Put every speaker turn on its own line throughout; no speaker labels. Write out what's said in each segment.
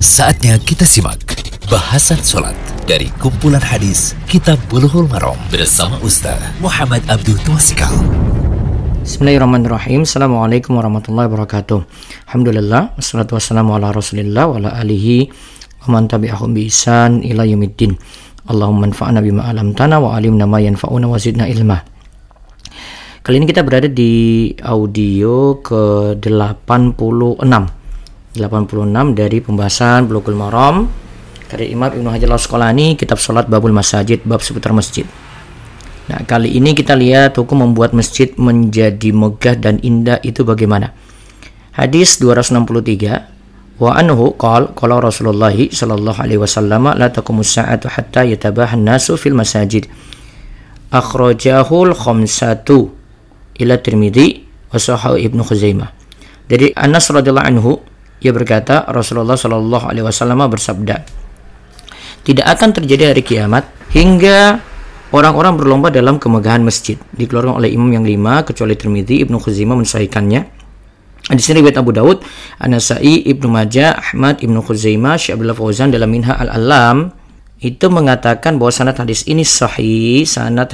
Saatnya kita simak bahasan sholat dari kumpulan hadis Kitab Bulughul Maram bersama Ustaz Muhammad Abdul Twasikal.
Bismillahirrahmanirrahim. Assalamualaikum warahmatullahi wabarakatuh. Alhamdulillah, wassalatu wassalamu ala rasulillah wa ala alihi wa man tabi'ahum bi ihsan ila yaumiddin. Allahumma anfa'na bima 'allamtana wa 'allimna ma yanfa'una wa zidna ilma. Kali ini kita berada di audio ke-86 dari pembahasan Bulughul Maram dari Imam Ibnu Hajar Al-Asqalani, kitab salat Babul Masajid, bab seputar masjid. Nah, kali ini kita lihat hukum membuat masjid menjadi megah dan indah itu bagaimana. Hadis 263, wa anhu qala Rasulullah sallallahu alaihi wasallam la taqumus sa'atu hatta yatabaha an-nasu fil masajid. Akhrajahul khamsatu ila Tirmidzi wa sahahu Ibnu Khuzaimah. Dari Anas radhiyallahu anhu, ia berkata, Rasulullah sallallahu alaihi wasallam bersabda, tidak akan terjadi hari kiamat hingga orang-orang berlomba dalam kemegahan masjid. Dikeluarkan oleh imam yang 5 kecuali Tirmidzi, Ibnu Khuzaimah mensahihkannya. Di sini riwayat Abu Daud, An-Nasa'i, Ibnu Majah, Ahmad, Ibnu Khuzaimah, Syekh Abdullah Fauzan dalam Minha Al-Alam itu mengatakan bahwa sanad hadis ini sahih.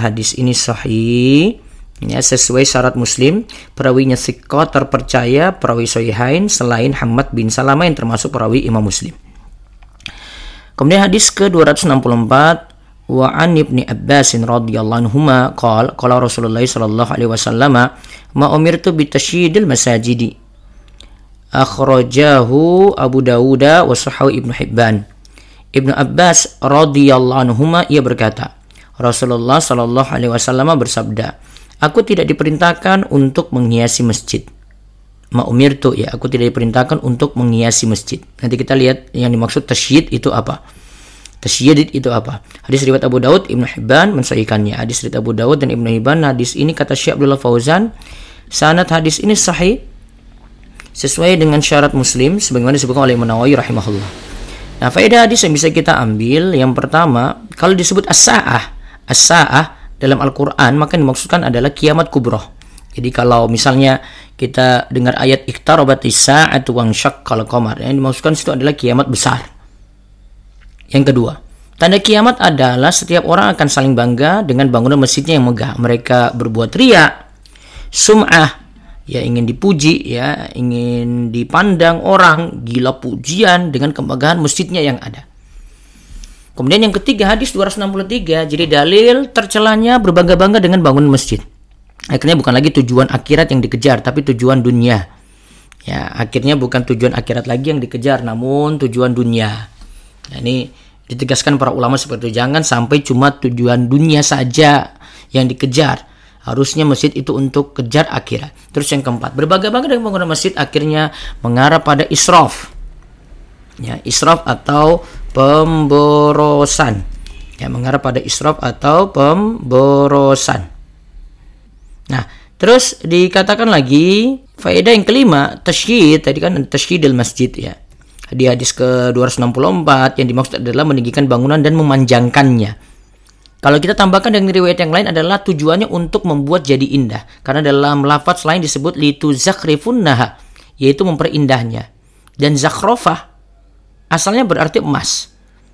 Ya, sesuai syarat Muslim, perawinya thiqah terpercaya, perawi sahihain selain Hammad bin Salamah yang termasuk perawi Imam Muslim. Kemudian hadis ke-264, wa an Ibni Abbas radhiyallahu anhuma qala Rasulullah sallallahu alaihi wasallam ma umirtu bitasyidil masajidi. Akhrajahu Abu Dawud wa sahahu Ibnu Hibban. Ibnu Abbas radhiyallahu anhuma ia berkata, Rasulullah sallallahu alaihi wasallam bersabda, aku tidak diperintahkan untuk menghiasi masjid. Ma'umirtu, ya, aku tidak diperintahkan untuk menghiasi masjid. Nanti kita lihat yang dimaksud tasyid itu apa. Tasyid itu apa? Hadis riwayat Abu Daud, Ibnu Hibban mensahihkannya. Hadis riwayat Abu Daud dan Ibnu Hibban, hadis ini kata Syekh Abdullah Fauzan, sanad hadis ini sahih sesuai dengan syarat Muslim sebagaimana disebutkan oleh Imam Nawawi rahimahullah. Nah, faedah hadis yang bisa kita ambil, yang pertama, kalau disebut as-sa'ah dalam Al-Quran, maka yang dimaksudkan adalah kiamat kubroh. Jadi kalau misalnya kita dengar ayat iqtarabatis sa'atu wansyaqqal qamar, yang dimaksudkan situ adalah kiamat besar. Yang kedua, tanda kiamat adalah setiap orang akan saling bangga dengan bangunan masjidnya yang megah. Mereka berbuat riya, sum'ah, ya, ingin dipuji, ya, ingin dipandang orang, gila pujian dengan kemegahan masjidnya yang ada. Kemudian yang ketiga, hadis 263, jadi dalil tercelanya berbangga-bangga dengan bangunan masjid. Akhirnya bukan lagi tujuan akhirat yang dikejar, tapi tujuan dunia. Ya, akhirnya bukan tujuan akhirat lagi yang dikejar, namun tujuan dunia. Nah, ini ditegaskan para ulama seperti itu. Jangan sampai cuma tujuan dunia saja yang dikejar. Harusnya masjid itu untuk kejar akhirat. Terus yang keempat, berbangga-bangga dengan bangunan masjid akhirnya mengarah pada israf. Ya, israf atau pemborosan. Ya, mengarah pada israf atau pemborosan. Nah, terus dikatakan lagi faedah yang kelima, tasyid, tadi kan tasydidil masjid, ya. Di hadis ke-264 yang dimaksud adalah meninggikan bangunan dan memanjangkannya. Kalau kita tambahkan dengan riwayat yang lain adalah tujuannya untuk membuat jadi indah. Karena dalam lafaz lain disebut lituzakrifunnaha, yaitu memperindah-nya. Dan zakhrafah asalnya berarti emas.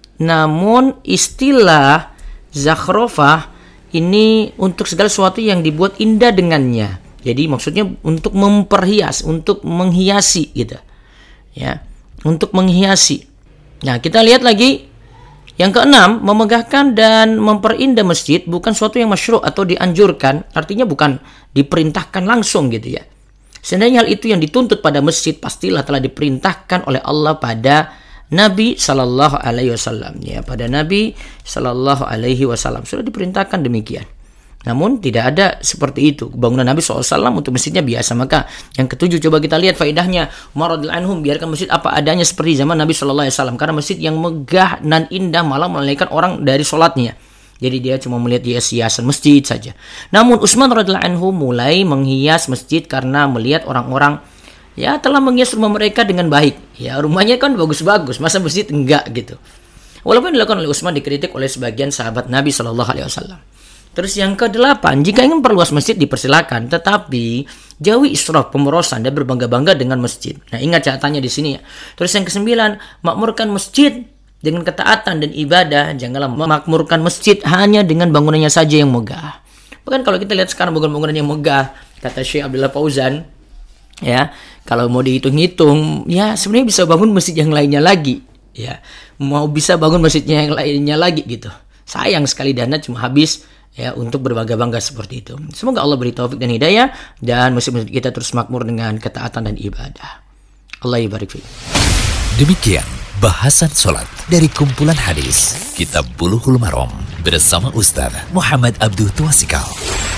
Namun istilah zakhrafah ini untuk segala sesuatu yang dibuat indah dengannya. Jadi maksudnya untuk memperhias, untuk menghiasi gitu. Ya, untuk menghiasi. Nah, kita lihat lagi yang keenam, memegahkan dan memperindah masjid bukan suatu yang masyru' atau dianjurkan, artinya bukan diperintahkan langsung gitu ya. Seandainya hal itu yang dituntut pada masjid, pastilah telah diperintahkan oleh Allah pada Nabi sallallahu alaihi wasallam, ya, pada Nabi sallallahu alaihi wasallam sudah diperintahkan demikian. Namun tidak ada seperti itu bangunan Nabi SAW untuk masjidnya biasa. Maka yang ketujuh, coba kita lihat faedahnya. Umar radhiyallahu anhu biarkan masjid apa adanya seperti zaman Nabi SAW, karena masjid yang megah dan indah malah melalaikan orang dari sholatnya. Jadi dia cuma melihat hiasan masjid saja. Namun Utsman radhiyallahu anhu mulai menghias masjid karena melihat orang-orang, ya, telah menghias rumah mereka dengan baik. Ya, rumahnya kan bagus-bagus, masa masjid enggak gitu. Walaupun dilakukan oleh Utsman dikritik oleh sebagian sahabat Nabi SAW. Terus yang ke-8, jika ingin perluas masjid dipersilakan, tetapi jauhi israf, pemborosan, dan berbangga-bangga dengan masjid. Nah, ingat catatannya di sini ya. Terus yang ke-9, makmurkan masjid dengan ketaatan dan ibadah. Janganlah memakmurkan masjid hanya dengan bangunannya saja yang megah. Bahkan kalau kita lihat sekarang bangunan-bangunan yang megah, kata Syekh Abdullah Fauzan, ya, kalau mau dihitung-hitung, ya sebenarnya bisa bangun masjid yang lainnya lagi. Ya, mau bisa bangun masjidnya yang lainnya lagi gitu. Sayang sekali dana cuma habis ya untuk berbangga-bangga seperti itu. Semoga Allah beri taufik dan hidayah dan masjid-masjid kita terus makmur dengan ketaatan dan ibadah. Allah barik fiik.
Demikian bahasan sholat dari kumpulan hadis Kitab Bulughul Maram bersama Ustaz Muhammad Abdul Twasikal.